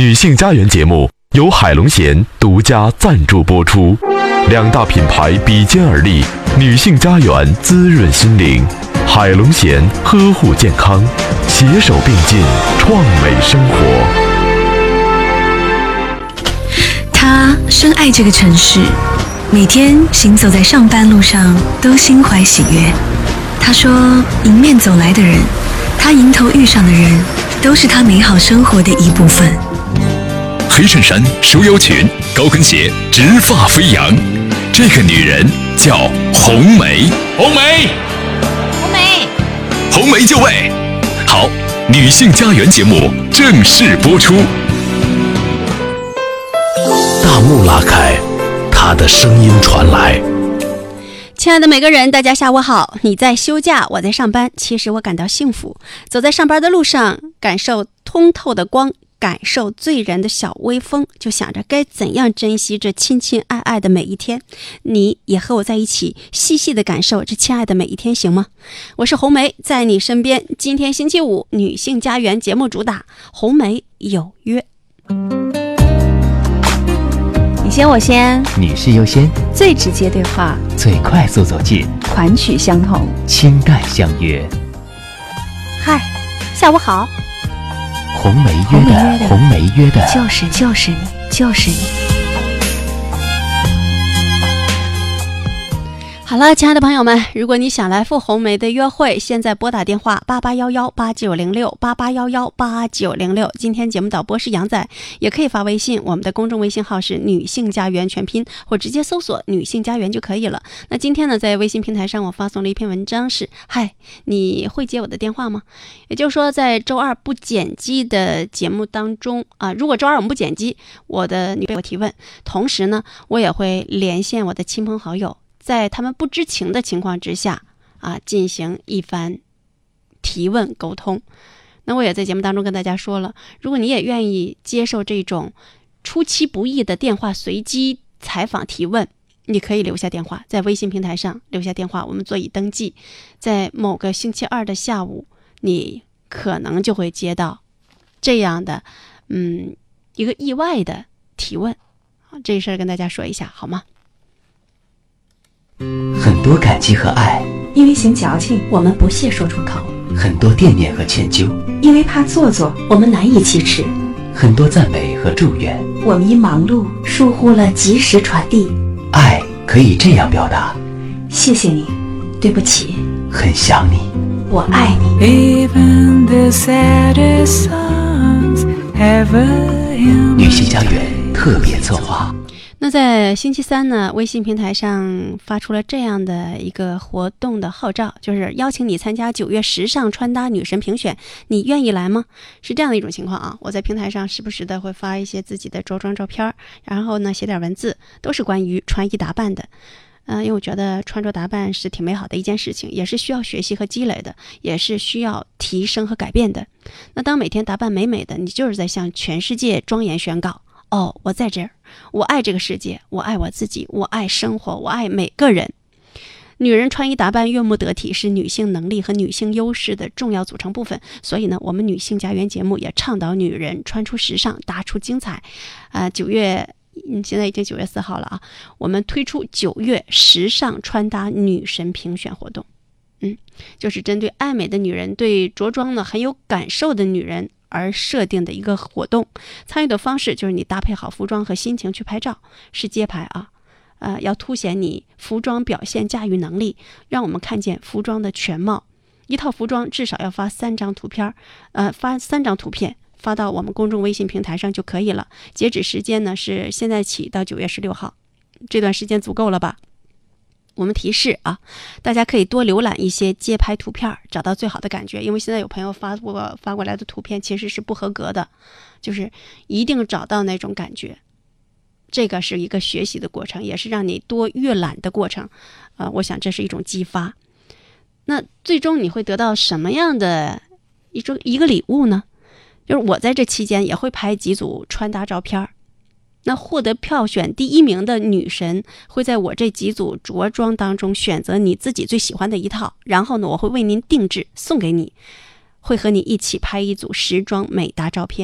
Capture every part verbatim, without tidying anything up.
女性家园节目由海龙贤独家赞助播出，两大品牌比肩而立，女性家园滋润心灵，海龙贤呵护健康，携手并进，创美生活。 他深爱这个城市，每天行走在上班路上都心怀喜悦。他说，迎面走来的人，他迎头遇上的人，都是他美好生活的一部分。 黑衬衫、收腰裙、高跟鞋，直发飞扬。这个女人叫红梅。红梅， 红梅， 红梅就位。好，女性家园节目正式播出。 大幕拉开，她的声音传来。 亲爱的每个人，大家下午好。你在休假，我在上班，其实我感到幸福。走在上班的路上，感受通透的光，感受醉人的小微风，就想着该怎样珍惜这亲亲爱爱的每一天。你也和我在一起，细细的感受这亲爱的每一天，行吗？我是红梅，在你身边。今天星期五，女性家园节目主打红梅有约。 你先我先， 女士优先， 最直接对话， 最快速走近， 款曲相同， 情感相约。 嗨，下午好。 红梅约的，红梅约的， 就是就是你，就是你。 好了，亲爱的朋友们，如果你想来赴红梅的约会，现在拨打电话八八幺幺八九零六八八幺幺八九零六。今天节目导播是杨仔，也可以发微信，我们的公众微信号是女性家园全拼，或直接搜索女性家园就可以了。那今天呢，在微信平台上我发送了一篇文章，是嗨，你会接我的电话吗？也就是说，在周二不剪辑的节目当中啊，如果周二我们不剪辑，我的你给我提问，同时呢，我也会连线我的亲朋好友，在他们不知情的情况之下啊，进行一番提问沟通。那我也在节目当中跟大家说了，如果你也愿意接受这种出其不意的电话随机采访提问，你可以留下电话，在微信平台上留下电话，我们做以登记。在某个星期二的下午，你可能就会接到这样的嗯一个意外的提问。这事儿跟大家说一下好吗？ 很多感激和爱， 因为嫌矫情，我们不屑说出口； 很多惦念和歉疚， 因为怕做作，我们难以启齿； 很多赞美和祝愿， 我们因忙碌疏忽了及时传递。 爱可以这样表达： 谢谢你，对不起， 很想你， 我爱你。 Even the saddest songs have a hymn。 女性家园特别策划。 那在星期三呢，微信平台上发出了这样的一个活动的号召，就是邀请你参加九月时尚穿搭女神评选，你愿意来吗？是这样的一种情况啊，我在平台上时不时的会发一些自己的着装照片，然后呢写点文字，都是关于穿衣打扮的。嗯、呃，因为我觉得穿着打扮是挺美好的一件事情，也是需要学习和积累的，也是需要提升和改变的。那当每天打扮美美的，你就是在向全世界庄严宣告，哦，我在这儿，我爱这个世界，我爱我自己，我爱生活，我爱每个人。女人穿衣打扮悦目得体是女性能力和女性优势的重要组成部分，所以呢，我们女性家园节目也倡导女人穿出时尚，搭出精彩。啊、呃，九月，嗯，现在已经九月四号了啊，我们推出九月时尚穿搭女神评选活动，嗯，就是针对爱美的女人，对着装呢很有感受的女人而设定的一个活动。参与的方式就是你搭配好服装和心情去拍照，是街拍啊，呃，要凸显你服装表现驾驭能力，让我们看见服装的全貌。一套服装至少要发三张图片，呃，发三张图片发到我们公众微信平台上就可以了。截止时间呢是现在起到九月十六号，这段时间足够了吧？我们提示啊，大家可以多浏览一些街拍图片，找到最好的感觉。因为现在有朋友发过发过来的图片其实是不合格的，就是一定找到那种感觉。这个是一个学习的过程，也是让你多阅览的过程。呃，我想这是一种激发。那最终你会得到什么样的一种一个礼物呢？就是我在这期间也会拍几组穿搭照片。那获得票选第一名的女神会在我这几组着装当中选择你自己最喜欢的一套，然后呢，我会为您定制送给你，会和你一起拍一组时装美搭照片。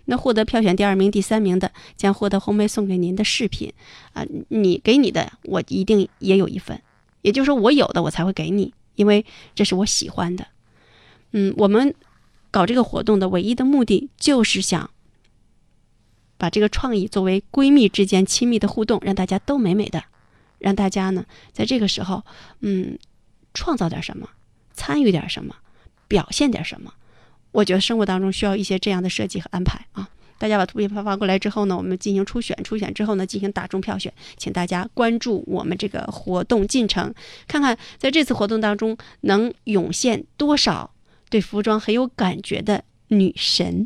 那获得票选第二名、第三名的将获得红梅送给您的饰品啊，你给你的我一定也有一份，也就是说我有的我才会给你，因为这是我喜欢的。嗯，我们搞这个活动的唯一的目的就是想把这个创意作为闺蜜之间亲密的互动，让大家都美美的，让大家呢在这个时候嗯创造点什么，参与点什么，表现点什么。我觉得生活当中需要一些这样的设计和安排啊！大家把图片发发过来之后呢，我们进行初选，初选之后呢进行大众票选，请大家关注我们这个活动进程，看看在这次活动当中能涌现多少对服装很有感觉的女神。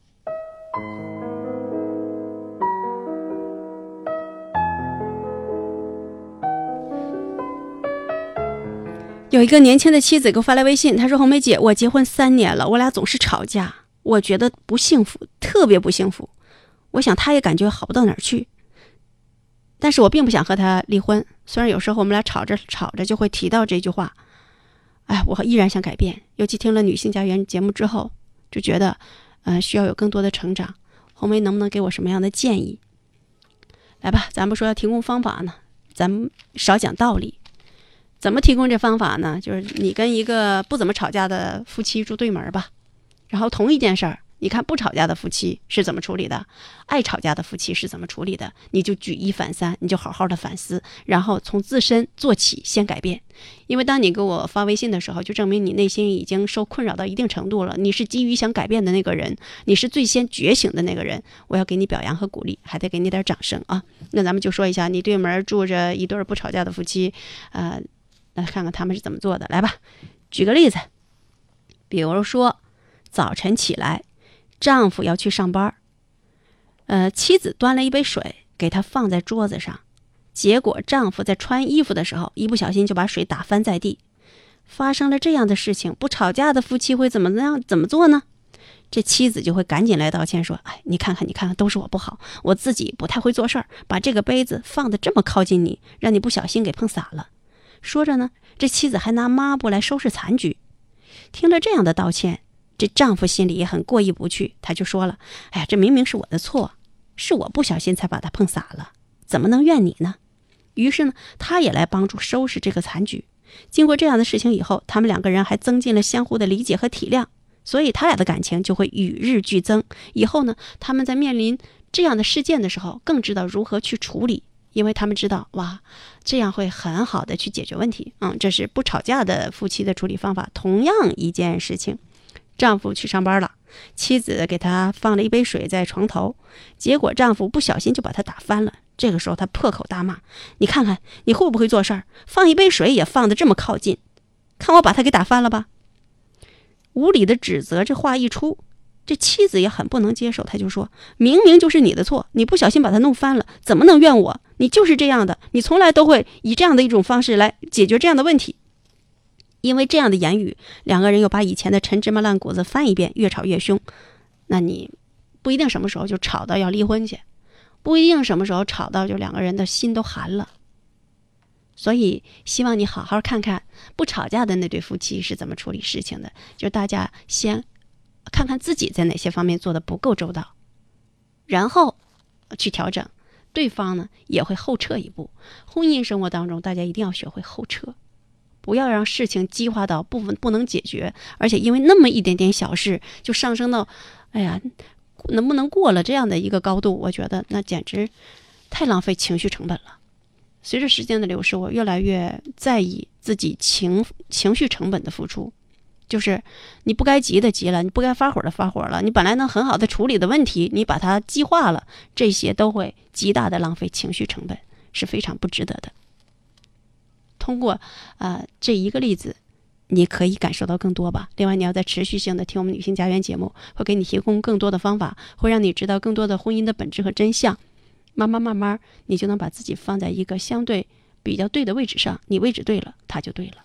有一个年轻的妻子给我发来微信，她说：红梅姐，我结婚三年了，我俩总是吵架，我觉得不幸福，特别不幸福。我想她也感觉好不到哪儿去，但是我并不想和他离婚。虽然有时候我们俩吵着吵着就会提到这句话，哎，我依然想改变。尤其听了女性家园节目之后，就觉得呃，需要有更多的成长。红梅能不能给我什么样的建议？来吧，咱们说要提供方法呢，咱们少讲道理。怎么提供这方法呢？就是你跟一个不怎么吵架的夫妻住对门吧，然后同一件事儿，你看不吵架的夫妻是怎么处理的，爱吵架的夫妻是怎么处理的，你就举一反三，你就好好的反思，然后从自身做起，先改变。因为当你给我发微信的时候，就证明你内心已经受困扰到一定程度了，你是基于想改变的那个人，你是最先觉醒的那个人，我要给你表扬和鼓励，还得给你点掌声啊！那咱们就说一下，你对门住着一对不吵架的夫妻，呃来看看他们是怎么做的。来吧，举个例子，比如说早晨起来，丈夫要去上班，呃，妻子端了一杯水给他放在桌子上，结果丈夫在穿衣服的时候一不小心就把水打翻在地。发生了这样的事情，不吵架的夫妻会怎么样怎么做呢？这妻子就会赶紧来道歉，说：哎，你看看你看看，都是我不好，我自己不太会做事儿，把这个杯子放得这么靠近你，让你不小心给碰洒了。说着呢，这妻子还拿抹布来收拾残局。听了这样的道歉，这丈夫心里也很过意不去，他就说了：哎呀，这明明是我的错，是我不小心才把它碰洒了，怎么能怨你呢？于是呢，他也来帮助收拾这个残局。经过这样的事情以后，他们两个人还增进了相互的理解和体谅，所以他俩的感情就会与日俱增。以后呢，他们在面临这样的事件的时候，更知道如何去处理，因为他们知道，哇，这样会很好的去解决问题。嗯，这是不吵架的夫妻的处理方法。同样一件事情，丈夫去上班了，妻子给他放了一杯水在床头，结果丈夫不小心就把他打翻了。这个时候他破口大骂：你看看你会不会做事儿，放一杯水也放得这么靠近，看我把他给打翻了吧。无理的指责这话一出，这妻子也很不能接受，他就说：明明就是你的错，你不小心把他弄翻了，怎么能怨我？你就是这样的，你从来都会以这样的一种方式来解决这样的问题。因为这样的言语，两个人又把以前的陈芝麻烂谷子翻一遍，越吵越凶。那你不一定什么时候就吵到要离婚去，不一定什么时候吵到就两个人的心都寒了。所以希望你好好看看不吵架的那对夫妻是怎么处理事情的，就大家先看看自己在哪些方面做的不够周到，然后去调整，对方呢也会后撤一步。婚姻生活当中，大家一定要学会后撤，不要让事情激化到不不能解决，而且因为那么一点点小事就上升到，哎呀，能不能过了这样的一个高度，我觉得那简直太浪费情绪成本了。随着时间的流逝，我越来越在意自己情情绪成本的付出。就是你不该急的急了，你不该发火的发火了，你本来能很好的处理的问题，你把它激化了，这些都会极大的浪费情绪成本，是非常不值得的。通过呃这一个例子，你可以感受到更多吧。另外，你要在持续性的听我们女性家园节目，会给你提供更多的方法，会让你知道更多的婚姻的本质和真相。慢慢慢慢，你就能把自己放在一个相对比较对的位置上，你位置对了，它就对了。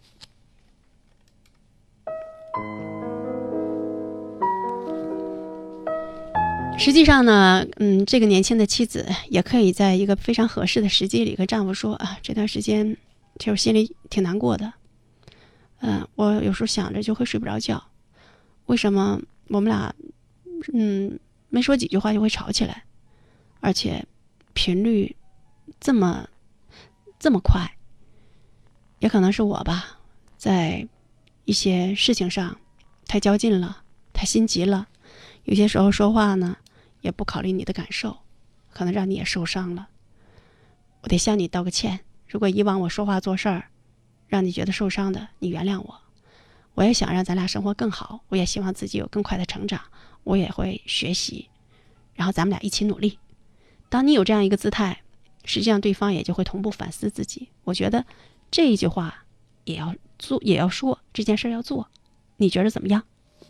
实际上呢，嗯，这个年轻的妻子也可以在一个非常合适的时机里跟丈夫说啊，这段时间其实我心里挺难过的，嗯，我有时候想着就会睡不着觉，为什么我们俩，嗯， 没说几句话就会吵起来，而且频率这么这么快。也可能是我吧，在一些事情上太较劲了，太心急了，有些时候说话呢也不考虑你的感受，可能让你也受伤了。我得向你道个歉，如果以往我说话做事儿让你觉得受伤的，你原谅我。我也想让咱俩生活更好，我也希望自己有更快的成长，我也会学习，然后咱们俩一起努力。当你有这样一个姿态，实际上对方也就会同步反思自己。我觉得这一句话也要做，也要说，这件事要做，你觉得怎么样？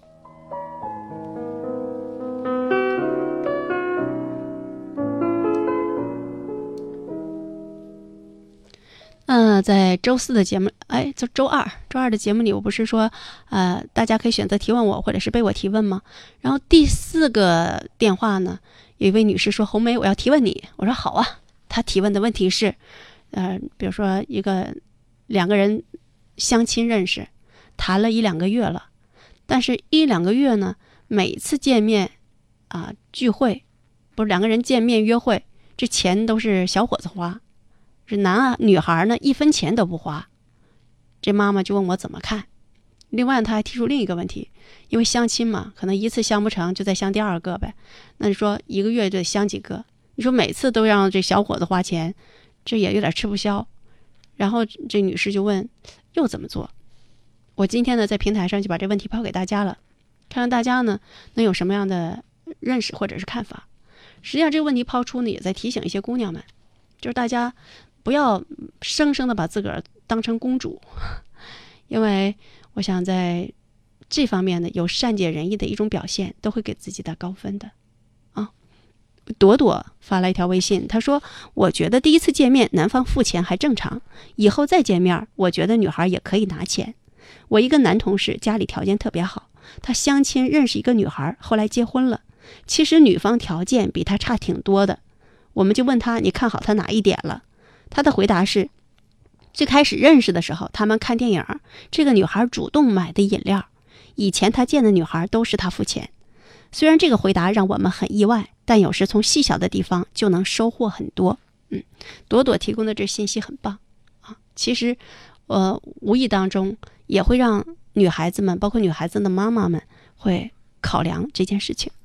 嗯、呃，在周四的节目，哎，就周二，周二的节目里，我不是说，呃，大家可以选择提问我，或者是被我提问吗？然后第四个电话呢，有一位女士说：“红梅，我要提问你。”我说：“好啊。”她提问的问题是，呃，比如说一个两个人相亲认识，谈了一两个月了，但是一两个月呢，每次见面啊、呃、聚会，不是两个人见面约会，这钱都是小伙子花。是男啊，女孩呢一分钱都不花。这妈妈就问我怎么看。另外他还提出另一个问题，因为相亲嘛，可能一次相不成就再相第二个呗。那你说一个月就得相几个？你说每次都让这小伙子花钱，这也有点吃不消。然后这女士就问又怎么做？我今天呢在平台上就把这问题抛给大家了，看看大家呢能有什么样的认识或者是看法。实际上这个问题抛出呢，也在提醒一些姑娘们，就是大家不要生生的把自个儿当成公主，因为我想在这方面呢，有善解人意的一种表现，都会给自己打高分的啊。朵朵发了一条微信，她说：“我觉得第一次见面男方付钱还正常，以后再见面，我觉得女孩也可以拿钱。我一个男同事家里条件特别好，他相亲认识一个女孩，后来结婚了。其实女方条件比他差挺多的，我们就问他你看好他哪一点了？他的回答是，最开始认识的时候，他们看电影，这个女孩主动买的饮料，以前他见的女孩都是他付钱。虽然这个回答让我们很意外，但有时从细小的地方就能收获很多。嗯，朵朵提供的这信息很棒啊。其实，呃，无意当中也会让女孩子们，包括女孩子的妈妈们，会考量这件事情。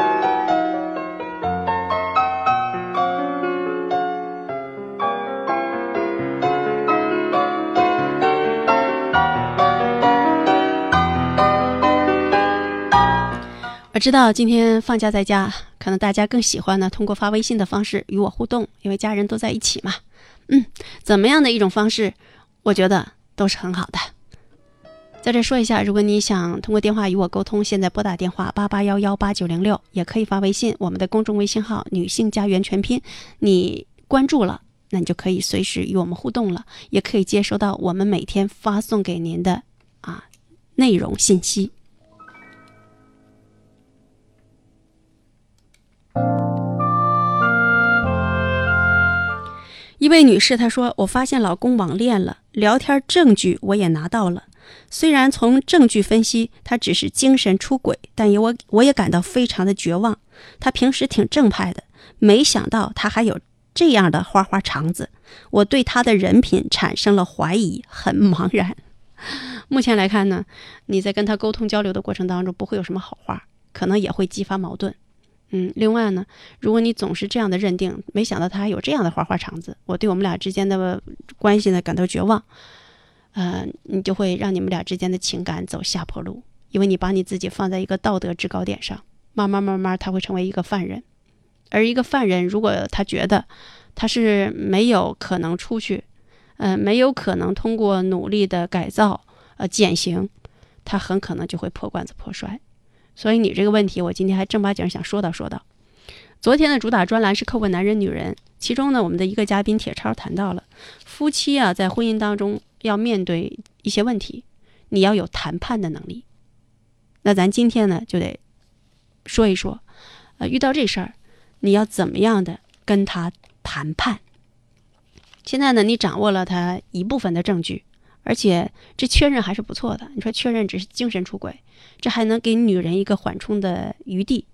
我知道今天放假在家，可能大家更喜欢呢通过发微信的方式与我互动，因为家人都在一起嘛。嗯，怎么样的一种方式，我觉得都是很好的。在这说一下，如果你想通过电话与我沟通，现在拨打电话八八幺幺八九零六，也可以发微信，我们的公众微信号女性家园全拼，你关注了，那你就可以随时与我们互动了，也可以接收到我们每天发送给您的啊内容信息。一位女士她说，我发现老公网恋了，聊天证据我也拿到了，虽然从证据分析他只是精神出轨，但也我我也感到非常的绝望。他平时挺正派的，没想到他还有这样的花花肠子，我对他的人品产生了怀疑，很茫然。目前来看呢，你在跟他沟通交流的过程当中不会有什么好话，可能也会激发矛盾。嗯，另外呢，如果你总是这样的认定，没想到他还有这样的花花肠子，我对我们俩之间的关系呢感到绝望，呃，你就会让你们俩之间的情感走下坡路，因为你把你自己放在一个道德制高点上，慢慢慢慢他会成为一个犯人。而一个犯人如果他觉得他是没有可能出去，呃，没有可能通过努力的改造呃减刑，他很可能就会破罐子破摔。所以你这个问题我今天还正八经想说道说道。昨天的主打专栏是客问男人女人，其中呢我们的一个嘉宾铁超谈到了夫妻啊在婚姻当中要面对一些问题，你要有谈判的能力。那咱今天呢就得说一说呃，遇到这事儿你要怎么样的跟他谈判。现在呢你掌握了他一部分的证据，而且这确认还是不错的，你说确认只是精神出轨，这还能给女人一个缓冲的余地，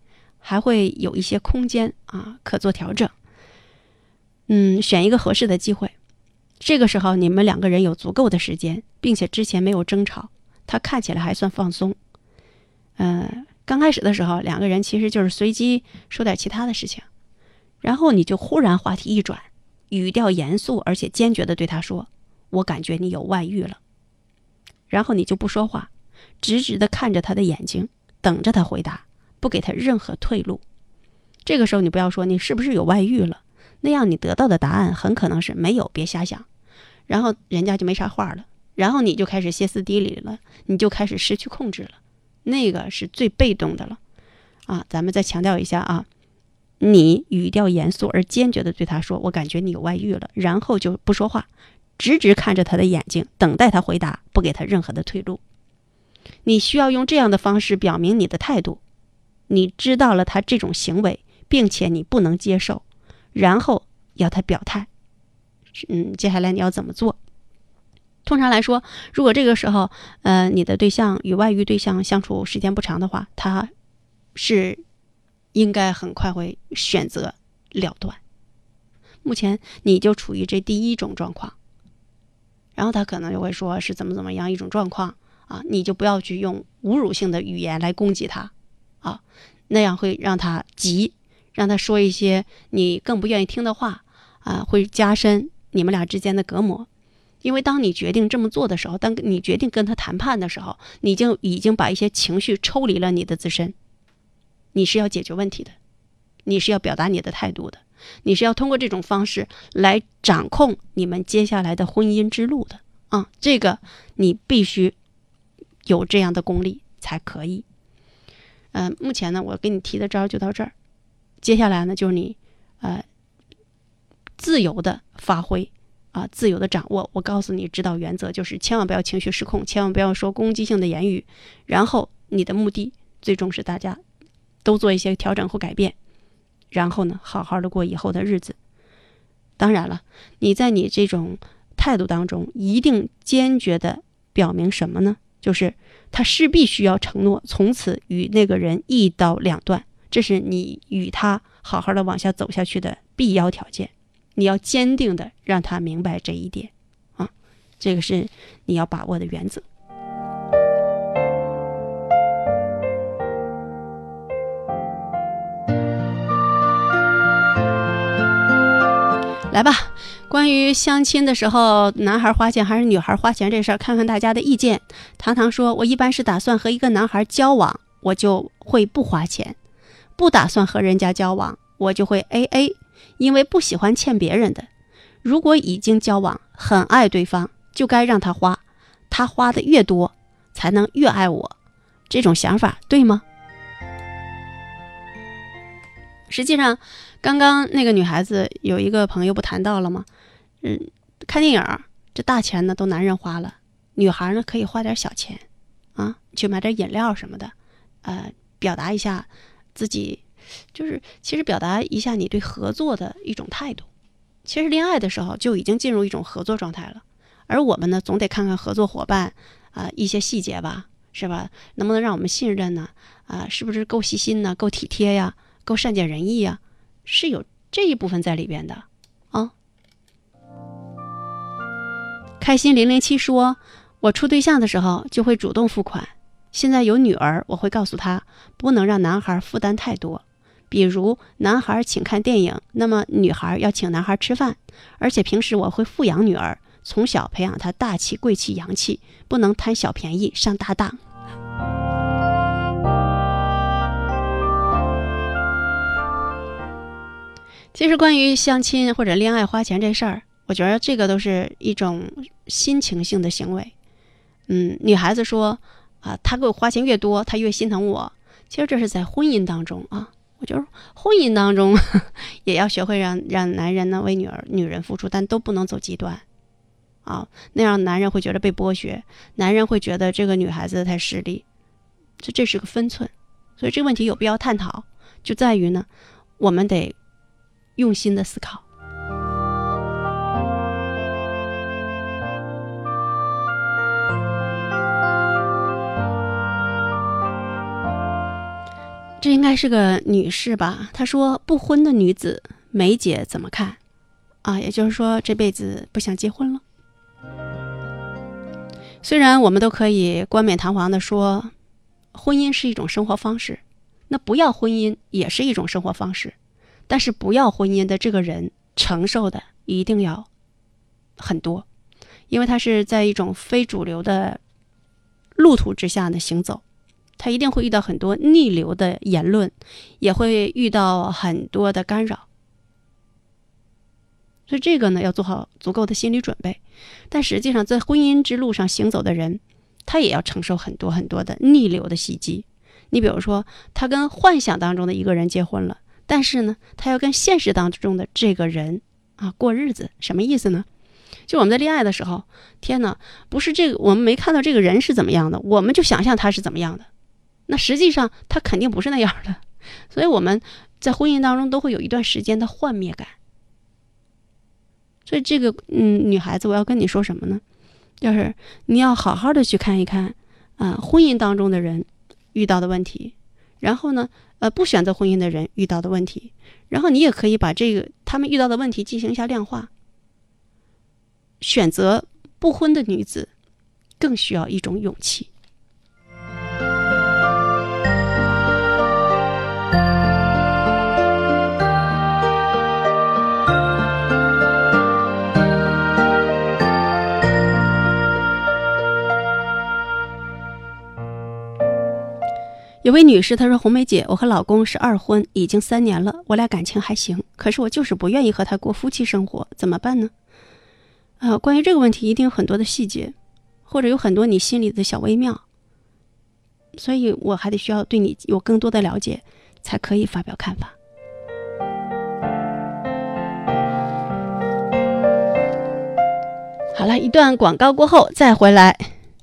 还会有一些空间啊可做调整。嗯，选一个合适的机会，这个时候你们两个人有足够的时间，并且之前没有争吵，他看起来还算放松。呃，刚开始的时候两个人其实就是随机说点其他的事情，然后你就忽然话题一转，语调严肃而且坚决地对他说，我感觉你有外遇了。然后你就不说话，直直地看着他的眼睛，等着他回答，不给他任何退路。这个时候你不要说你是不是有外遇了，那样你得到的答案很可能是没有，别瞎想，然后人家就没啥话了，然后你就开始歇斯底里了，你就开始失去控制了，那个是最被动的了啊！咱们再强调一下啊，你语调严肃而坚决地对他说，我感觉你有外遇了，然后就不说话，直直看着他的眼睛，等待他回答，不给他任何的退路。你需要用这样的方式表明你的态度，你知道了他这种行为，并且你不能接受，然后要他表态。嗯，接下来你要怎么做？通常来说，如果这个时候，呃，你的对象与外遇对象相处时间不长的话，他是应该很快会选择了断。目前你就处于这第一种状况，然后他可能就会说是怎么怎么样一种状况啊，你就不要去用侮辱性的语言来攻击他啊，那样会让他急，让他说一些你更不愿意听的话啊，会加深你们俩之间的隔膜。因为当你决定这么做的时候，当你决定跟他谈判的时候，你就已经把一些情绪抽离了你的自身。你是要解决问题的，你是要表达你的态度的，你是要通过这种方式来掌控你们接下来的婚姻之路的啊！这个你必须有这样的功力才可以。呃，目前呢，我给你提的招就到这儿，接下来呢，就是你呃自由的发挥。啊，自由的掌握。我告诉你指导原则，就是千万不要情绪失控，千万不要说攻击性的言语，然后你的目的最终是大家都做一些调整或改变，然后呢好好的过以后的日子。当然了，你在你这种态度当中一定坚决的表明什么呢？就是他势必需要承诺从此与那个人一刀两断，这是你与他好好的往下走下去的必要条件。你要坚定的让他明白这一点啊，这个是你要把握的原则。来吧，关于相亲的时候男孩花钱还是女孩花钱这事儿，看看大家的意见。糖糖说，我一般是打算和一个男孩交往，我就会不花钱，不打算和人家交往，我就会 A A，因为不喜欢欠别人的。如果已经交往，很爱对方，就该让他花，他花的越多才能越爱我。这种想法对吗？实际上刚刚那个女孩子有一个朋友不谈到了吗？嗯，看电影这大钱呢都男人花了，女孩呢可以花点小钱啊，去买点饮料什么的，呃，表达一下自己，就是其实表达一下你对合作的一种态度。其实恋爱的时候就已经进入一种合作状态了，而我们呢总得看看合作伙伴啊、呃、一些细节吧，是吧？能不能让我们信任呢？啊、呃，是不是够细心呢？够体贴呀？够善解人意呀？是有这一部分在里边的啊。开心零零七说，我处对象的时候就会主动付款，现在有女儿，我会告诉他不能让男孩负担太多。比如男孩请看电影，那么女孩要请男孩吃饭，而且平时我会富养女儿，从小培养她大气贵气洋气，不能贪小便宜上大当。其实关于相亲或者恋爱花钱这事儿，我觉得这个都是一种心情性的行为。嗯，女孩子说啊，她给我花钱越多，她越心疼我。其实这是在婚姻当中啊。我觉得婚姻当中呵呵也要学会让让男人呢为女儿女人付出，但都不能走极端啊，那样男人会觉得被剥削，男人会觉得这个女孩子太势利，这这是个分寸。所以这个问题有必要探讨，就在于呢，我们得用心的思考。 这应该是个女士吧？她说不婚的女子梅姐怎么看啊？也就是说这辈子不想结婚了。虽然我们都可以冠冕堂皇的说婚姻是一种生活方式，那不要婚姻也是一种生活方式，但是不要婚姻的这个人承受的一定要很多，因为他是在一种非主流的路途之下的行走，他一定会遇到很多逆流的言论，也会遇到很多的干扰，所以这个呢要做好足够的心理准备。但实际上在婚姻之路上行走的人，他也要承受很多很多的逆流的袭击。你比如说他跟幻想当中的一个人结婚了，但是呢他要跟现实当中的这个人啊过日子，什么意思呢？就我们在恋爱的时候，天哪，不是这个我们没看到这个人是怎么样的，我们就想象他是怎么样的，那实际上他肯定不是那样的。所以我们在婚姻当中都会有一段时间的幻灭感。所以这个嗯，女孩子我要跟你说什么呢？就是你要好好的去看一看啊、呃，婚姻当中的人遇到的问题，然后呢呃，不选择婚姻的人遇到的问题，然后你也可以把这个他们遇到的问题进行一下量化。选择不婚的女子更需要一种勇气。有位女士她说，红梅姐，我和老公是二婚，已经三年了，我俩感情还行，可是我就是不愿意和他过夫妻生活，怎么办呢？呃，关于这个问题一定有很多的细节，或者有很多你心里的小微妙，所以我还得需要对你有更多的了解，才可以发表看法。好了，一段广告过后再回来。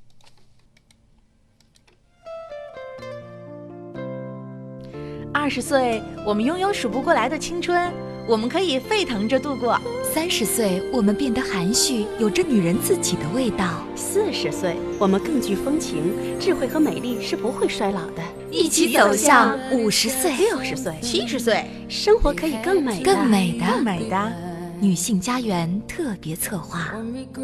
二十岁，我们拥有数不过来的青春，我们可以沸腾着度过。 三十岁，我们变得含蓄，有着女人自己的味道。 四十岁，我们更具风情，智慧和美丽是不会衰老的。 一起走向五十岁、 六十岁、七十岁， 生活可以更美的、 更美的、 更美的。 女性家园特别策划。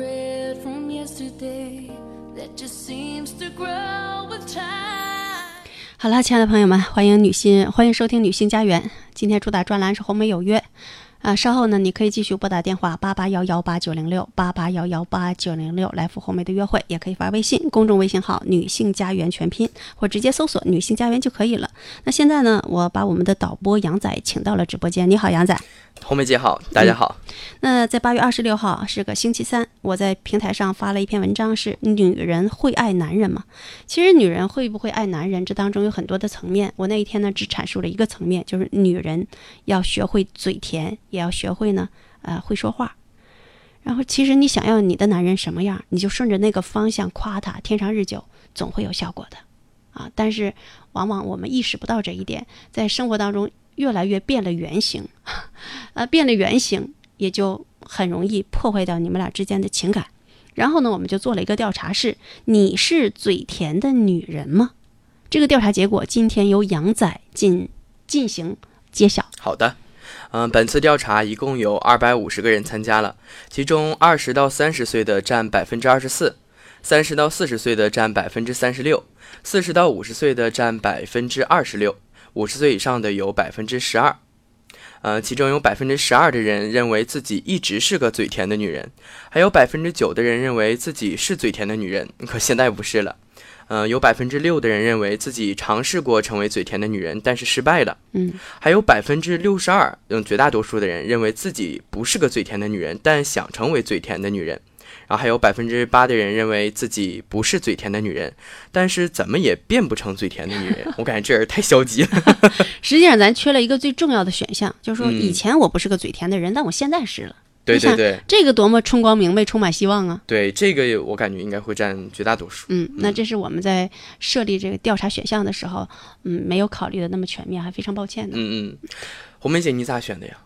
好了，亲爱的朋友们，欢迎女性，欢迎收听女性家园。今天主打专栏是红梅有约啊，稍后呢，你可以继续拨打电话八八幺幺八九零六八八幺幺八九零六来赴红梅的约会，也可以发微信，公众微信号女性家园全拼，或直接搜索女性家园就可以了。那现在呢，我把我们的导播杨仔请到了直播间。你好，杨仔。 红梅姐好，大家好。 嗯、那在八月二十六号是个星期三，我在平台上发了一篇文章，是女人会爱男人吗？其实女人会不会爱男人，这当中有很多的层面。我那一天呢，只阐述了一个层面，就是女人要学会嘴甜，也要学会呢，呃，会说话。然后，其实你想要你的男人什么样，你就顺着那个方向夸他，天长日久，总会有效果的，啊！但是往往我们意识不到这一点，在生活当中越来越变了原形，啊，变了原形也就很容易破坏掉你们俩之间的情感。然后呢，我们就做了一个调查，是你是嘴甜的女人吗？这个调查结果今天由杨仔进进行揭晓。 好的，嗯、呃，本次调查一共有二百五十个人参加了，其中二十到三十岁的占百分之二十四，三十到四十岁的占百分之三十六，四十到五十岁的占百分之二十六，五十岁以上的有百分之十二。呃，其中有百分之十二的人认为自己一直是个嘴甜的女人，还有百分之九的人认为自己是嘴甜的女人，可现在不是了。呃，有百分之六的人认为自己尝试过成为嘴甜的女人，但是失败了。 嗯， 还有百分之六十二，用绝大多数的人认为自己不是个嘴甜的女人，但想成为嘴甜的女人。然后还有百分之八的人认为自己不是嘴甜的女人，但是怎么也变不成嘴甜的女人。我感觉这人太消极了。 实际上，咱缺了一个最重要的选项，就是说以前我不是个嘴甜的人，嗯、但我现在是了。 对对对， 这个多么春光明媚，充满希望啊！ 对，这个我感觉应该会占绝大多数。 嗯，那这是我们在设立这个调查选项的时候，嗯，没有考虑的那么全面，还非常抱歉的。 嗯嗯，红梅姐你咋选的呀？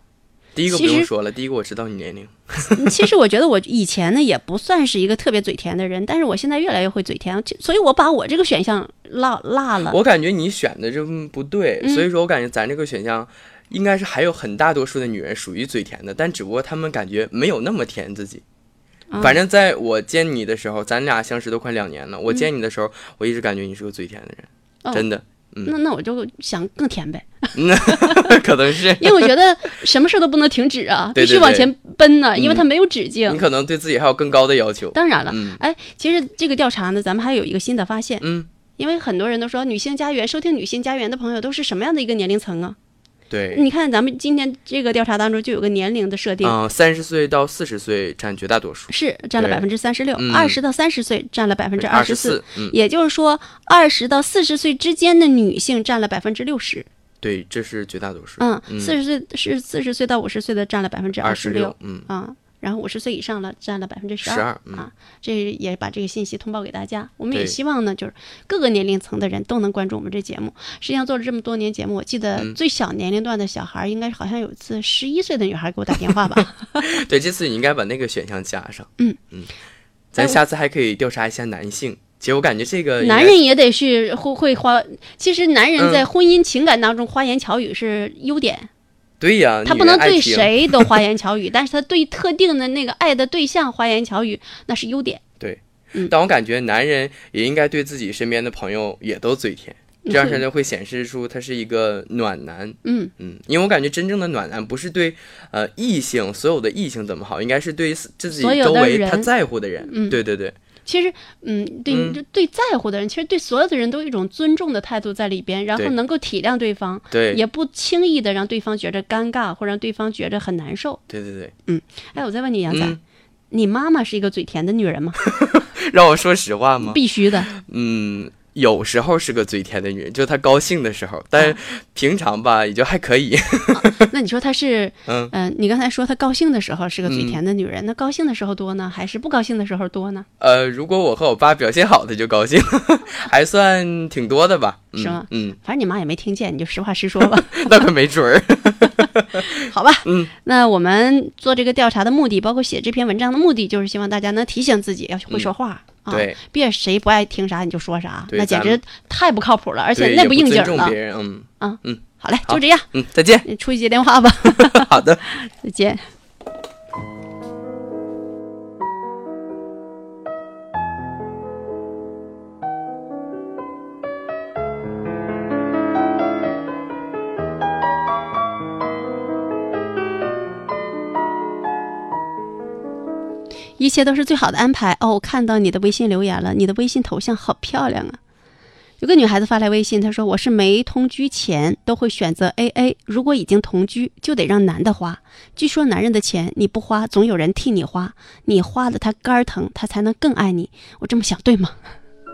第一个不用说了，第一个我知道你年龄。 其实我觉得我以前呢也不算是一个特别嘴甜的人，但是我现在越来越会嘴甜，所以我把我这个选项落落了。 我感觉你选的这不对、嗯，所以说我感觉咱这个选项应该是还有很大多数的女人属于嘴甜的，但只不过她们感觉没有那么甜自己。嗯、反正在我见你的时候，咱俩相识都快两年了，我见你的时候，嗯、我一直感觉你是个嘴甜的人，哦、真的。嗯、 那那我就想更甜呗， 可能是因为我觉得什么事都不能停止啊， 对对对， 必须往前奔呢、啊嗯，因为它没有止境。 你可能对自己还有更高的要求。 当然了， 嗯、 哎，其实这个调查呢，咱们还有一个新的发现， 嗯， 因为很多人都说女性家园，收听女性家园的朋友都是什么样的一个年龄层啊？ 对， 你看咱们今天这个调查当中就有个年龄的设定， 嗯，三十岁到四十岁占绝大多数， 是占了百分之三十六，二十到三十岁占了百分之二十四， 嗯， 也就是说，二十到四十岁之间的女性占了百分之六十。 对，这是绝大多数。 嗯，四十岁是四十岁到五十岁的占了百分之二十六， 嗯啊，然后五十岁以上了占了百分之十二，啊，这也把这个信息通报给大家。我们也希望呢，就是各个年龄层的人都能关注我们这节目。实际上做了这么多年节目，我记得最小年龄段的小孩，应该好像有一次十一岁的女孩给我打电话吧。 对，这次你应该把那个选项加上。 嗯嗯，咱下次还可以调查一下男性。其实我感觉这个男人也得是会会花，其实男人在婚姻情感当中花言巧语是优点。 嗯、对呀， 他不能对谁都花言巧语，但是他对特定的那个爱的对象花言巧语，那是优点。 对， 嗯， 但我感觉男人也应该对自己身边的朋友也都嘴甜，这样才会显示出他是一个暖男。 嗯嗯，因为我感觉真正的暖男不是对呃异性所有的异性怎么好，应该是对自己周围他在乎的人。 嗯， 对对对。 其实，嗯，对，嗯、对在乎的人，其实对所有的人都有一种尊重的态度在里边，然后能够体谅对方， 对， 也不轻易的让对方觉得尴尬，或让对方觉得很难受。 对对对， 嗯，哎，我再问你，杨仔、 嗯， 你妈妈是一个嘴甜的女人吗？ 让我说实话吗？ 必须的。 嗯。有时候是个嘴甜的女人，就她高兴的时候，但是平常吧、啊、也就还可以。 啊、那你说她是，嗯、呃，你刚才说她高兴的时候是个嘴甜的女人、嗯，那高兴的时候多呢，还是不高兴的时候多呢？ 呃，如果我和我爸表现好，她就高兴，还算挺多的吧。 是吗？ 嗯， 反正你妈也没听见，你就实话实说吧。 那可没准儿。 好吧， 嗯， 那我们做这个调查的目的，包括写这篇文章的目的，就是希望大家能提醒自己要会说话。 嗯啊、对， 别谁不爱听啥你就说啥，那简直太不靠谱了，而且那不应景了。 尊重别人，嗯啊嗯， 好嘞，就这样， 嗯，再见。 你出去接电话吧。 好的， 再见。一切都是最好的安排哦！我看到你的微信留言了，你的微信头像好漂亮啊！有个女孩子发来微信，她说：“我是没同居前都会选择 A A， 如果已经同居，就得让男的花。据说男人的钱你不花，总有人替你花，你花的他肝疼，他才能更爱你。”我这么想对吗？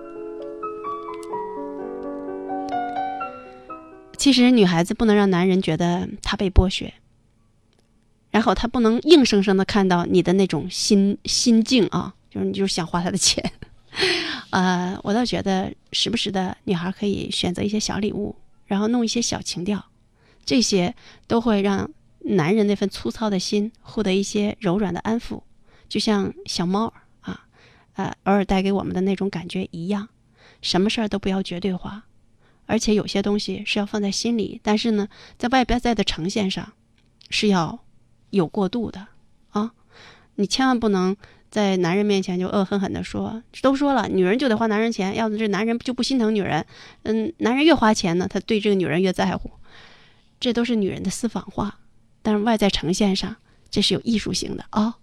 其实女孩子不能让男人觉得她被剥削。然后他不能硬生生的看到你的那种心心境啊，就是你就是想花他的钱，呃，我倒觉得时不时的女孩可以选择一些小礼物，然后弄一些小情调，这些都会让男人那份粗糙的心获得一些柔软的安抚，就像小猫啊，呃，偶尔带给我们的那种感觉一样。什么事儿都不要绝对化，而且有些东西是要放在心里，但是呢，在外边在的呈现上是要有过度的啊，你千万不能在男人面前就恶狠狠地说，都说了女人就得花男人钱，要不这男人就不心疼女人。嗯，男人越花钱呢，他对这个女人越在乎，这都是女人的私房话。但是外在呈现上，这是有艺术性的啊、哦。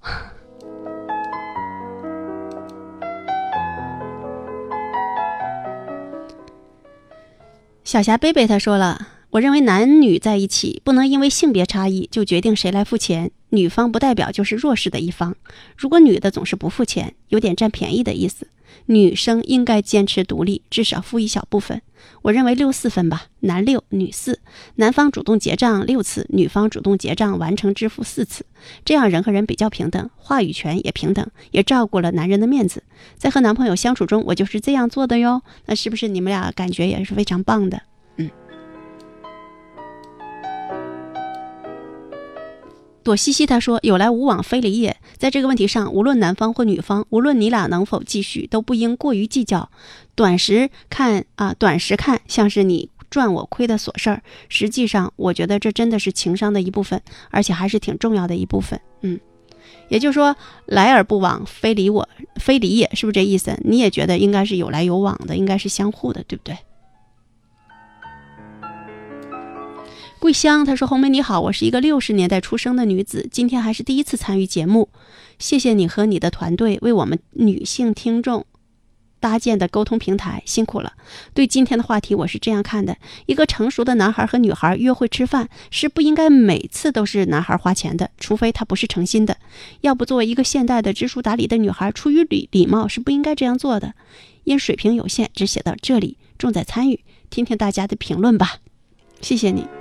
小霞贝贝他说了，我认为男女在一起不能因为性别差异就决定谁来付钱，女方不代表就是弱势的一方。如果女的总是不付钱，有点占便宜的意思。女生应该坚持独立，至少付一小部分。我认为六四分吧，男六女四，男方主动结账六次，女方主动结账完成支付四次，这样人和人比较平等，话语权也平等，也照顾了男人的面子。在和男朋友相处中，我就是这样做的哟。那是不是你们俩感觉也是非常棒的？嗯。 朵西西他说有来无往非礼也，在这个问题上，无论男方或女方，无论你俩能否继续，都不应过于计较。短时看啊，短时看像是你赚我亏的琐事儿，实际上我觉得这真的是情商的一部分，而且还是挺重要的一部分。嗯，也就是说，来而不往非礼我非礼也，是不是这意思？你也觉得应该是有来有往的，应该是相互的，对不对？桂香她说红梅你好，我是一个六十年代出生的女子，今天还是第一次参与节目，谢谢你和你的团队为我们女性听众搭建的沟通平台，辛苦了。对今天的话题我是这样看的，一个成熟的男孩和女孩约会吃饭是不应该每次都是男孩花钱的，除非他不是诚心的，要不作为一个现代的知书达理的女孩，出于礼礼貌是不应该这样做的。因水平有限，只写到这里，重在参与，听听大家的评论吧，谢谢你。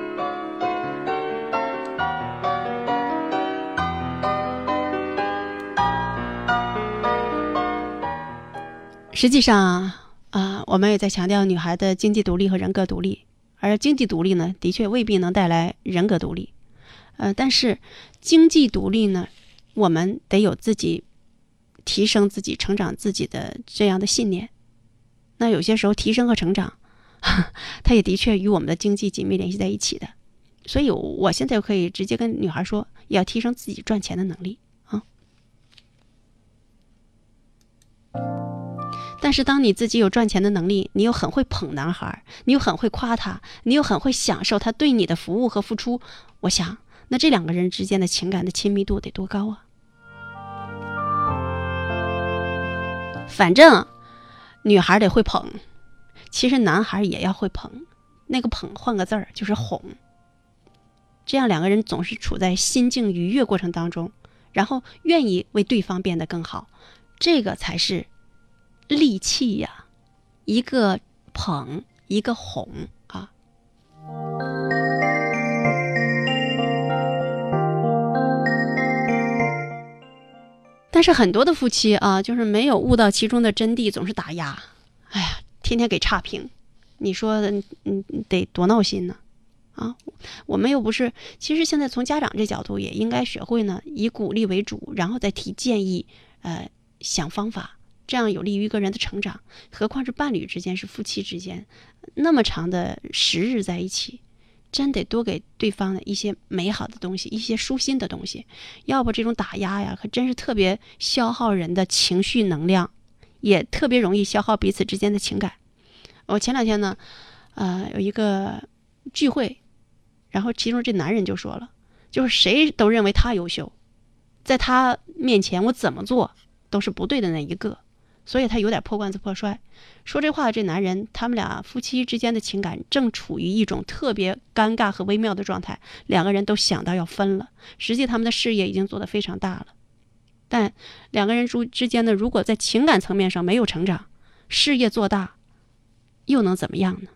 实际上啊、呃，我们也在强调女孩的经济独立和人格独立，而经济独立呢，的确未必能带来人格独立。呃，但是经济独立呢，我们得有自己提升自己、成长自己的这样的信念。那有些时候提升和成长，它也的确与我们的经济紧密联系在一起的。所以我现在可以直接跟女孩说，也要提升自己赚钱的能力啊。但是当你自己有赚钱的能力，你又很会捧男孩，你又很会夸他，你又很会享受他对你的服务和付出，我想那这两个人之间的情感的亲密度得多高啊。反正女孩得会捧，其实男孩也要会捧，那个捧换个字儿就是哄，这样两个人总是处在心境愉悦过程当中，然后愿意为对方变得更好，这个才是利器呀，一个捧，一个哄啊。但是很多的夫妻啊，就是没有悟到其中的真谛，总是打压，哎呀，天天给差评，你说嗯得多闹心呢啊！我们又不是，其实现在从家长这角度也应该学会呢，以鼓励为主，然后再提建议，呃，想方法。这样有利于一个人的成长，何况是伴侣之间，是夫妻之间，那么长的时日在一起，真得多给对方的一些美好的东西，一些舒心的东西，要不这种打压呀，可真是特别消耗人的情绪能量，也特别容易消耗彼此之间的情感。我前两天呢，呃，有一个聚会，然后其中这男人就说了，就是谁都认为他优秀，在他面前我怎么做都是不对的那一个。所以他有点破罐子破摔。说这话的这男人，他们俩夫妻之间的情感正处于一种特别尴尬和微妙的状态，两个人都想到要分了，实际他们的事业已经做得非常大了，但两个人之间呢，如果在情感层面上没有成长，事业做大又能怎么样呢？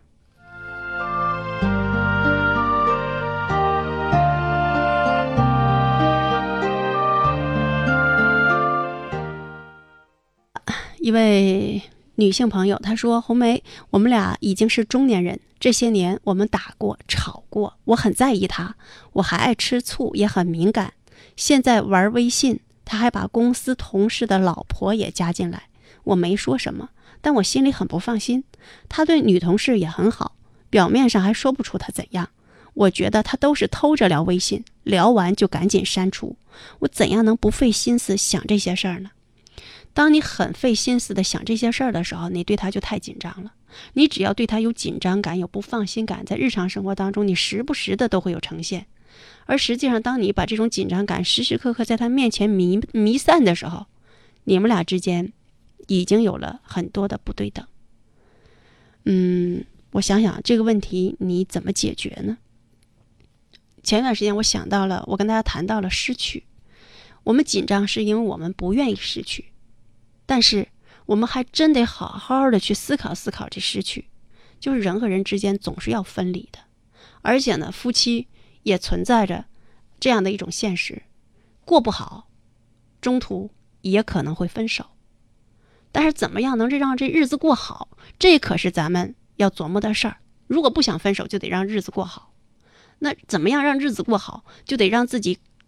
一位女性朋友她说，红梅，我们俩已经是中年人，这些年我们打过吵过，我很在意他，我还爱吃醋，也很敏感，现在玩微信他还把公司同事的老婆也加进来，我没说什么，但我心里很不放心，他对女同事也很好，表面上还说不出他怎样，我觉得他都是偷着聊微信，聊完就赶紧删除，我怎样能不费心思想这些事儿呢？当你很费心思的想这些事儿的时候，你对他就太紧张了。你只要对他有紧张感、有不放心感，在日常生活当中，你时不时的都会有呈现。而实际上，当你把这种紧张感时时刻刻在他面前弥弥散的时候，你们俩之间已经有了很多的不对等。嗯，我想想这个问题你怎么解决呢？前一段时间我想到了，我跟大家谈到了失去。我们紧张是因为我们不愿意失去。但是我们还真得好好的去思考思考这失去，就是人和人之间总是要分离的，而且呢，夫妻也存在着这样的一种现实，过不好，中途也可能会分手。但是怎么样能让这日子过好，这可是咱们要琢磨的事儿。如果不想分手，就得让日子过好。那怎么样让日子过好，就得让自己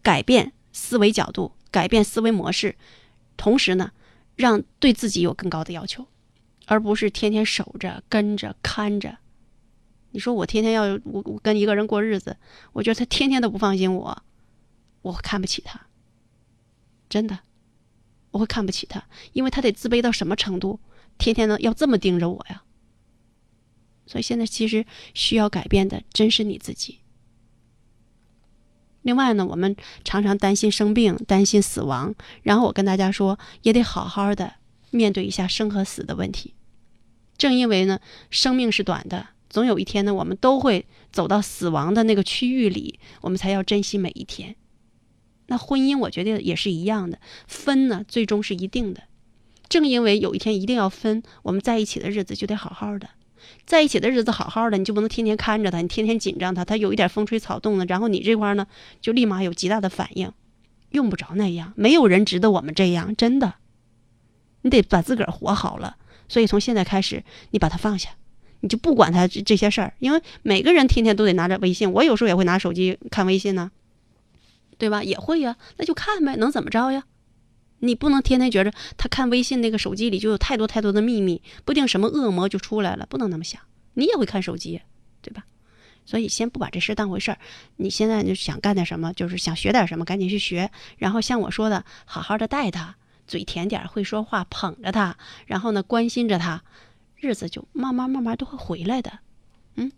改变思维角度，改变思维模式，同时呢，让对自己有更高的要求，而不是天天守着、跟着、看着。你说我天天要我我跟一个人过日子，我觉得他天天都不放心我，我会看不起他，真的，我会看不起他，因为他得自卑到什么程度，天天呢要这么盯着我呀。所以现在其实需要改变的真是你自己。另外呢，我们常常担心生病，担心死亡，然后我跟大家说，也得好好的面对一下生和死的问题。正因为呢，生命是短的，总有一天呢，我们都会走到死亡的那个区域里，我们才要珍惜每一天。那婚姻我觉得也是一样的，分呢最终是一定的。正因为有一天一定要分，我们在一起的日子就得好好的。在一起的日子好好的，你就不能天天看着他，你天天紧张他，他有一点风吹草动的，然后你这块呢就立马有极大的反应，用不着那样，没有人值得我们这样，真的。你得把自个儿活好了，所以从现在开始，你把它放下，你就不管他这这些事儿，因为每个人天天都得拿着微信，我有时候也会拿手机看微信呢，对吧？也会呀，那就看呗，能怎么着呀？你不能天天觉着他看微信那个手机里就有太多太多的秘密，不定什么恶魔就出来了，不能那么想。你也会看手机，对吧？所以先不把这事当回事儿。你现在就想干点什么，就是想学点什么，赶紧去学。然后像我说的，好好的带他，嘴甜点，会说话，捧着他，然后呢关心着他，日子就慢慢慢慢都会回来的。嗯。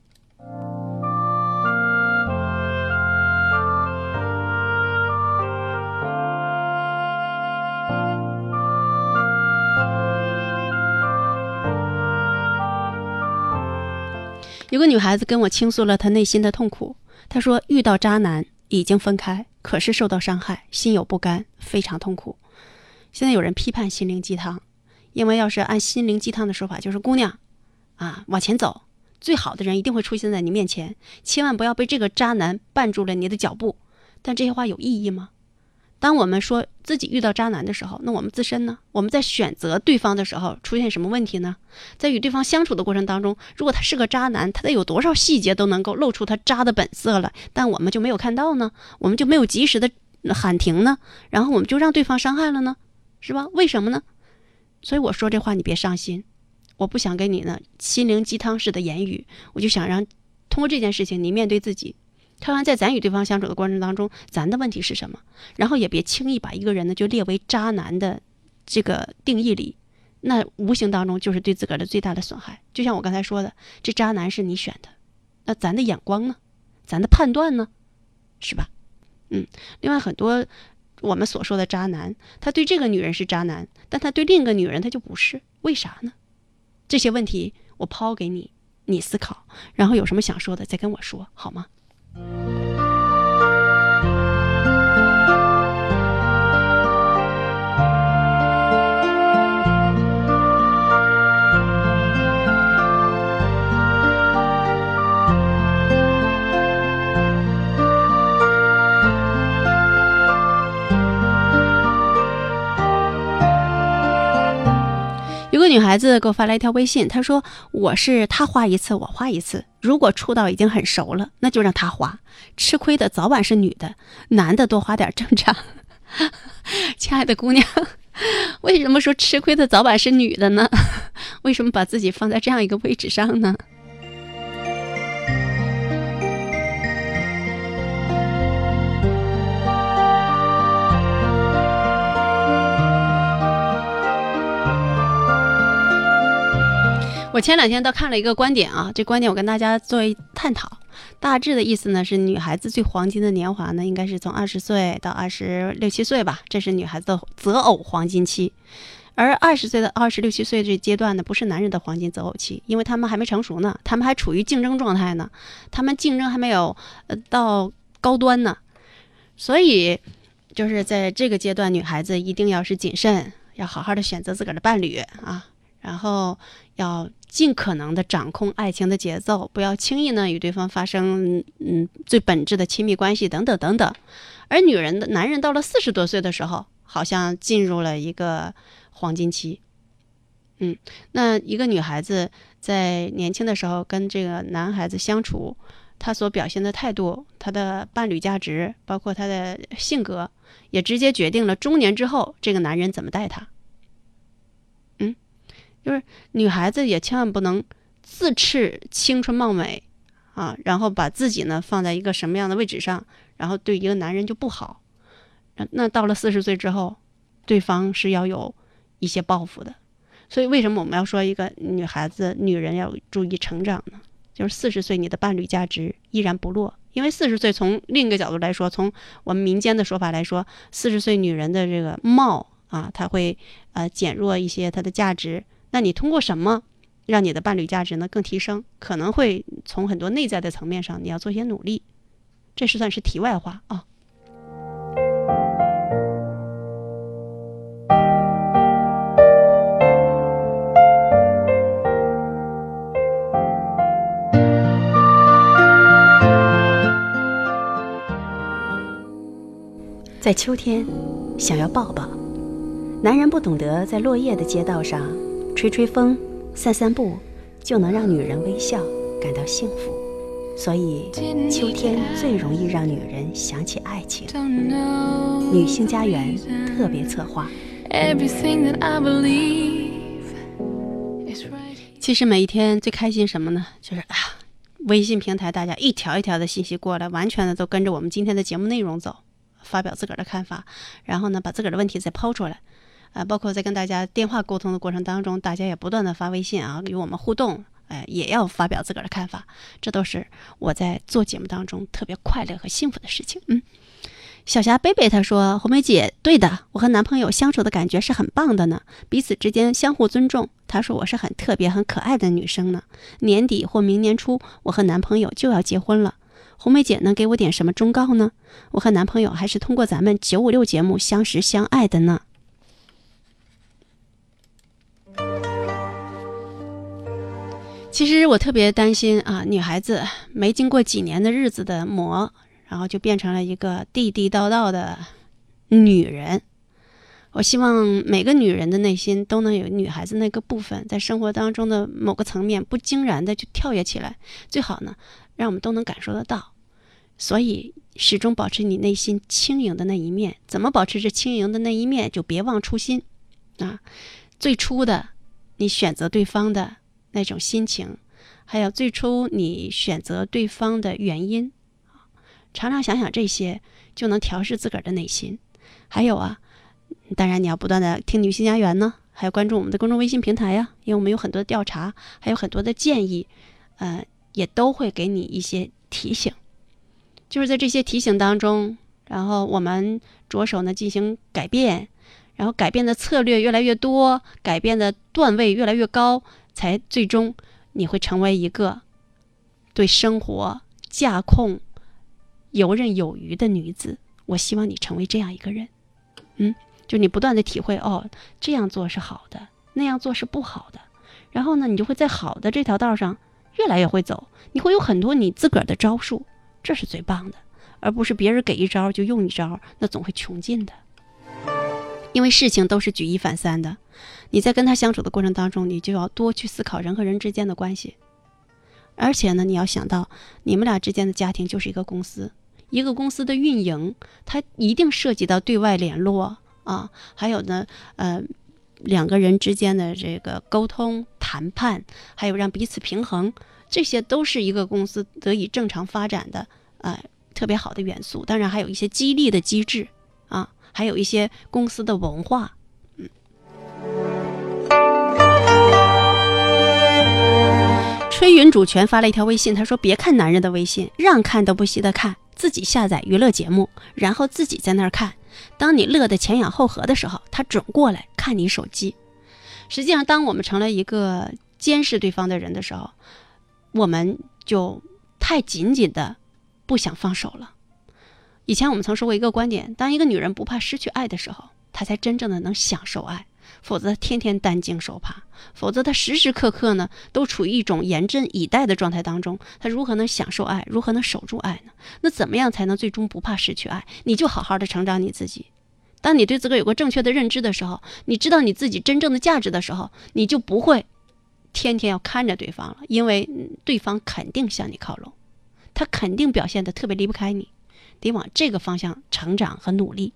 有个女孩子跟我倾诉了她内心的痛苦，她说遇到渣男，已经分开，可是受到伤害，心有不甘，非常痛苦。现在有人批判心灵鸡汤，因为要是按心灵鸡汤的说法，就是姑娘啊，往前走，最好的人一定会出现在你面前，千万不要被这个渣男绊住了你的脚步。但这些话有意义吗？当我们说自己遇到渣男的时候，那我们自身呢？我们在选择对方的时候出现什么问题呢？在与对方相处的过程当中，如果他是个渣男，他得有多少细节都能够露出他渣的本色了，但我们就没有看到呢？我们就没有及时的喊停呢？然后我们就让对方伤害了呢？是吧？为什么呢？所以我说这话你别伤心，我不想给你呢心灵鸡汤式的言语，我就想让通过这件事情你面对自己，看看在咱与对方相处的过程当中，咱的问题是什么，然后也别轻易把一个人呢就列为渣男的这个定义里，那无形当中就是对自个儿的最大的损害。就像我刚才说的，这渣男是你选的，那咱的眼光呢，咱的判断呢，是吧？嗯，另外很多我们所说的渣男，他对这个女人是渣男，但他对另一个女人他就不是，为啥呢？这些问题我抛给你，你思考，然后有什么想说的再跟我说，好吗？有个女孩子给我发来一条微信，她说我是她花一次我花一次，如果触到已经很熟了，那就让她花，吃亏的早晚是女的，男的多花点正常。亲爱的姑娘，为什么说吃亏的早晚是女的呢？为什么把自己放在这样一个位置上呢？我前两天倒看了一个观点啊，这观点我跟大家作为探讨。大致的意思呢是，女孩子最黄金的年华呢，应该是从二十岁到二十六七岁吧，这是女孩子的择偶黄金期。而二十岁到二十六七岁这阶段呢，不是男人的黄金择偶期，因为他们还没成熟呢，他们还处于竞争状态呢，他们竞争还没有呃到高端呢，所以就是在这个阶段，女孩子一定要是谨慎，要好好的选择自个儿的伴侣啊。然后要尽可能的掌控爱情的节奏，不要轻易呢与对方发生嗯最本质的亲密关系等等等等。而女人的男人到了四十多岁的时候，好像进入了一个黄金期。嗯，那一个女孩子在年轻的时候跟这个男孩子相处， 他所表现的态度，他的伴侣价值，包括他的性格，也直接决定了中年之后这个男人怎么待他。嗯，就是女孩子也千万不能自恃青春貌美啊，然后把自己呢放在一个什么样的位置上，然后对一个男人就不好。那到了四十岁之后，对方是要有一些报复的。所以为什么我们要说一个女孩子、女人要注意成长呢？就是四十岁你的伴侣价值依然不落，因为四十岁从另一个角度来说，从我们民间的说法来说，四十岁女人的这个貌啊，它会呃减弱一些她的价值。那你通过什么让你的伴侣价值呢更提升？可能会从很多内在的层面上，你要做一些努力。这是算是题外话啊。 在秋天，想要抱抱。男人不懂得在落叶的街道上吹吹风、散散步，就能让女人微笑，感到幸福。所以，秋天最容易让女人想起爱情。女性家园特别策划。 其实每一天最开心什么呢？就是啊，微信平台大家一条一条的信息过来，完全的都跟着我们今天的节目内容走。发表自个儿的看法，然后呢把自个儿的问题再抛出来，啊，包括在跟大家电话沟通的过程当中，大家也不断的发微信啊，与我们互动，哎，也要发表自个儿的看法，这都是我在做节目当中特别快乐和幸福的事情。嗯，小霞贝贝她说，红梅姐，对的，我和男朋友相处的感觉是很棒的呢，彼此之间相互尊重。她说我是很特别很可爱的女生呢，年底或明年初我和男朋友就要结婚了。红梅姐能给我点什么忠告呢？我和男朋友还是通过咱们九五六节目相识相爱的呢。其实我特别担心啊，女孩子没经过几年的日子的磨，然后就变成了一个地地道道的女人。我希望每个女人的内心都能有女孩子那个部分，在生活当中的某个层面不惊然的就跳跃起来，最好呢让我们都能感受得到。所以始终保持你内心轻盈的那一面。怎么保持着轻盈的那一面？就别忘初心啊！最初的你选择对方的那种心情，还有最初你选择对方的原因，常常想想这些，就能调试自个儿的内心。还有啊，当然你要不断的听女性家园呢，还有关注我们的公众微信平台呀、啊，因为我们有很多的调查，还有很多的建议，呃，也都会给你一些提醒。就是在这些提醒当中，然后我们着手呢进行改变，然后改变的策略越来越多，改变的段位越来越高，才最终你会成为一个对生活驾控游刃有余的女子。我希望你成为这样一个人。嗯，就你不断的体会，哦，这样做是好的，那样做是不好的，然后呢你就会在好的这条道上越来越会走，你会有很多你自个儿的招数，这是最棒的，而不是别人给一招就用一招，那总会穷尽的。因为事情都是举一反三的，你在跟他相处的过程当中，你就要多去思考人和人之间的关系。而且呢，你要想到你们俩之间的家庭就是一个公司，一个公司的运营，它一定涉及到对外联络啊，还有呢，呃，两个人之间的这个沟通、谈判，还有让彼此平衡，这些都是一个公司得以正常发展的呃特别好的元素。当然还有一些激励的机制啊，还有一些公司的文化。嗯，吹云主权发了一条微信，他说别看男人的微信，让看都不稀得看，自己下载娱乐节目，然后自己在那儿看，当你乐得前仰后合的时候，他准过来看你手机。实际上当我们成了一个监视对方的人的时候，我们就太紧紧的不想放手了。以前我们曾说过一个观点，当一个女人不怕失去爱的时候，她才真正的能享受爱，否则她天天担惊受怕，否则她时时刻刻呢都处于一种严阵以待的状态当中，她如何能享受爱，如何能守住爱呢？那怎么样才能最终不怕失去爱？你就好好的成长你自己。当你对自个有个正确的认知的时候，你知道你自己真正的价值的时候，你就不会天天要看着对方了，因为对方肯定向你靠拢。 他肯定表现得特别离不开你，得往这个方向成长和努力。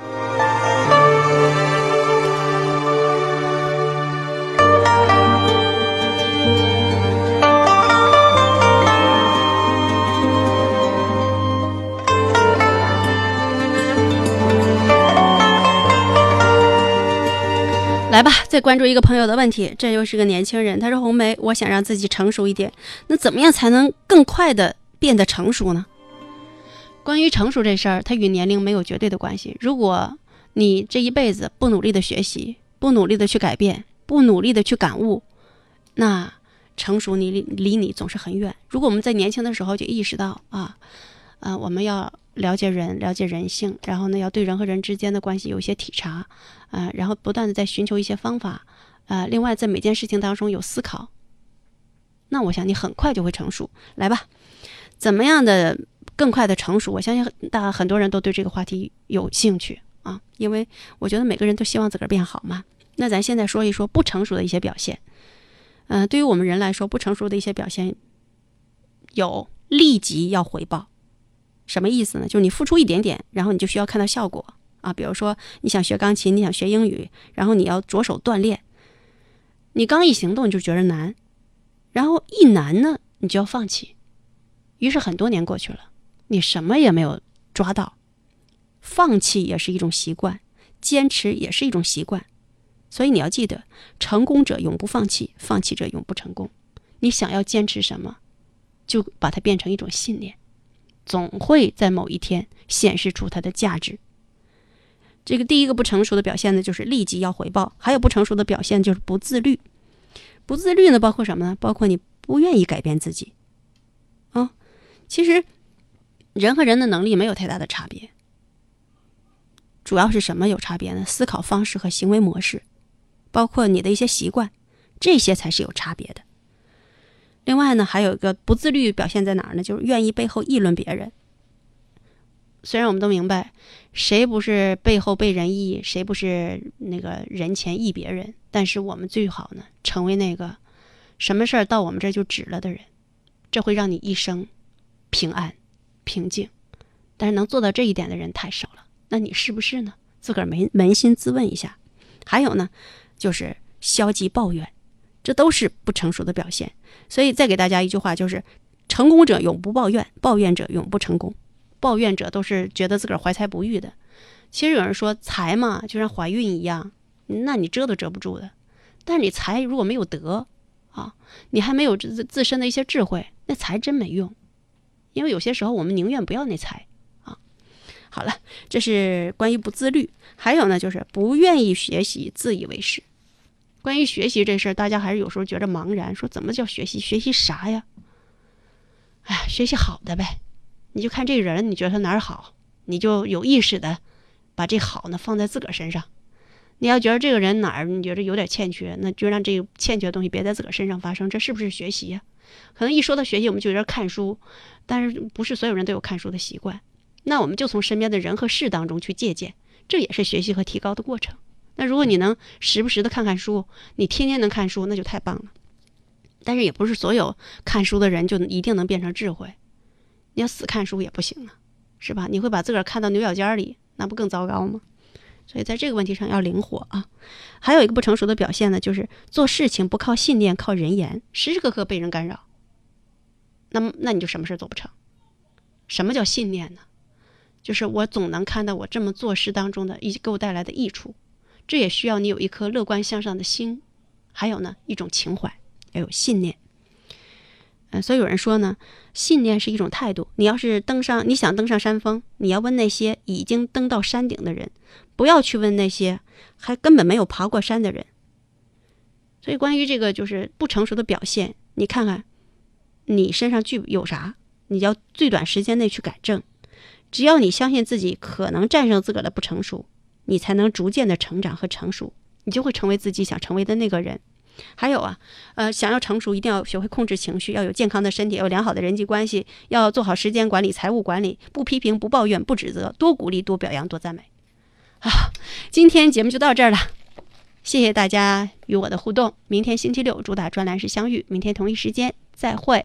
来吧，再关注一个朋友的问题，这又是个年轻人，他说红梅，我想让自己成熟一点，那怎么样才能更快的变得成熟呢？关于成熟这事儿，它与年龄没有绝对的关系。如果你这一辈子不努力的学习，不努力的去改变，不努力的去感悟，那成熟你离你总是很远。如果我们在年轻的时候就意识到啊，呃，我们要了解人，了解人性，然后呢，要对人和人之间的关系有一些体察，呃，然后不断的在寻求一些方法，呃，另外在每件事情当中有思考，那我想你很快就会成熟。来吧，怎么样的更快的成熟？我相信大很多人都对这个话题有兴趣啊，因为我觉得每个人都希望自个儿变好嘛。那咱现在说一说不成熟的一些表现。嗯、呃，对于我们人来说，不成熟的一些表现有立即要回报。什么意思呢？就是你付出一点点，然后你就需要看到效果啊。比如说你想学钢琴，你想学英语，然后你要着手锻炼，你刚一行动你就觉得难，然后一难呢你就要放弃，于是很多年过去了，你什么也没有抓到。放弃也是一种习惯，坚持也是一种习惯，所以你要记得，成功者永不放弃，放弃者永不成功。你想要坚持什么，就把它变成一种信念，总会在某一天显示出它的价值。这个第一个不成熟的表现呢，就是立即要回报。还有不成熟的表现就是不自律。不自律呢，包括什么呢？包括你不愿意改变自己。啊，其实人和人的能力没有太大的差别，主要是什么有差别呢？思考方式和行为模式，包括你的一些习惯，这些才是有差别的。另外呢，还有一个不自律表现在哪儿呢？就是愿意背后议论别人。虽然我们都明白，谁不是背后被人议，谁不是那个人前议别人，但是我们最好呢，成为那个什么事儿到我们这儿就止了的人，这会让你一生平安平静。但是能做到这一点的人太少了，那你是不是呢？自个儿扪扪心自问一下。还有呢，就是消极抱怨，这都是不成熟的表现。所以再给大家一句话，就是成功者永不抱怨，抱怨者永不成功。抱怨者都是觉得自个儿怀才不遇的。其实有人说财嘛，就像怀孕一样，那你遮都遮不住的。但是你财如果没有德啊，你还没有自自身的一些智慧，那财真没用。因为有些时候我们宁愿不要那财啊。好了，这是关于不自律。还有呢，就是不愿意学习，自以为是。关于学习这事儿，大家还是有时候觉得茫然，说怎么叫学习？学习啥呀？哎，学习好的呗。你就看这个人，你觉得他哪儿好，你就有意识的把这好呢放在自个儿身上。你要觉得这个人哪儿你觉得有点欠缺，那就让这个欠缺的东西别在自个儿身上发生，这是不是学习呀？可能一说到学习，我们就觉得看书，但是不是所有人都有看书的习惯。那我们就从身边的人和事当中去借鉴，这也是学习和提高的过程。那如果你能时不时的看看书，你天天能看书，那就太棒了。但是也不是所有看书的人就一定能变成智慧。你要死看书也不行啊，是吧？你会把自个儿看到牛角尖里，那不更糟糕吗？所以在这个问题上要灵活啊。还有一个不成熟的表现呢，就是做事情不靠信念，靠人言，时时刻刻被人干扰。那么，那你就什么事做不成。什么叫信念呢？就是我总能看到我这么做事当中的一给我带来的益处，这也需要你有一颗乐观向上的心，还有呢一种情怀，要有信念。嗯，所以有人说呢，信念是一种态度。你要是登上，你想登上山峰，你要问那些已经登到山顶的人，不要去问那些还根本没有爬过山的人。所以关于这个就是不成熟的表现，你看看你身上具有啥，你要最短时间内去改正。只要你相信自己可能战胜自个儿的不成熟，你才能逐渐的成长和成熟，你就会成为自己想成为的那个人。还有啊，呃，想要成熟，一定要学会控制情绪，要有健康的身体，要有良好的人际关系，要做好时间管理、财务管理，不批评、不抱怨、不指责，多鼓励、多表扬、多赞美。啊，今天节目就到这儿了，谢谢大家与我的互动。明天星期六主打专栏式相遇，明天同一时间再会。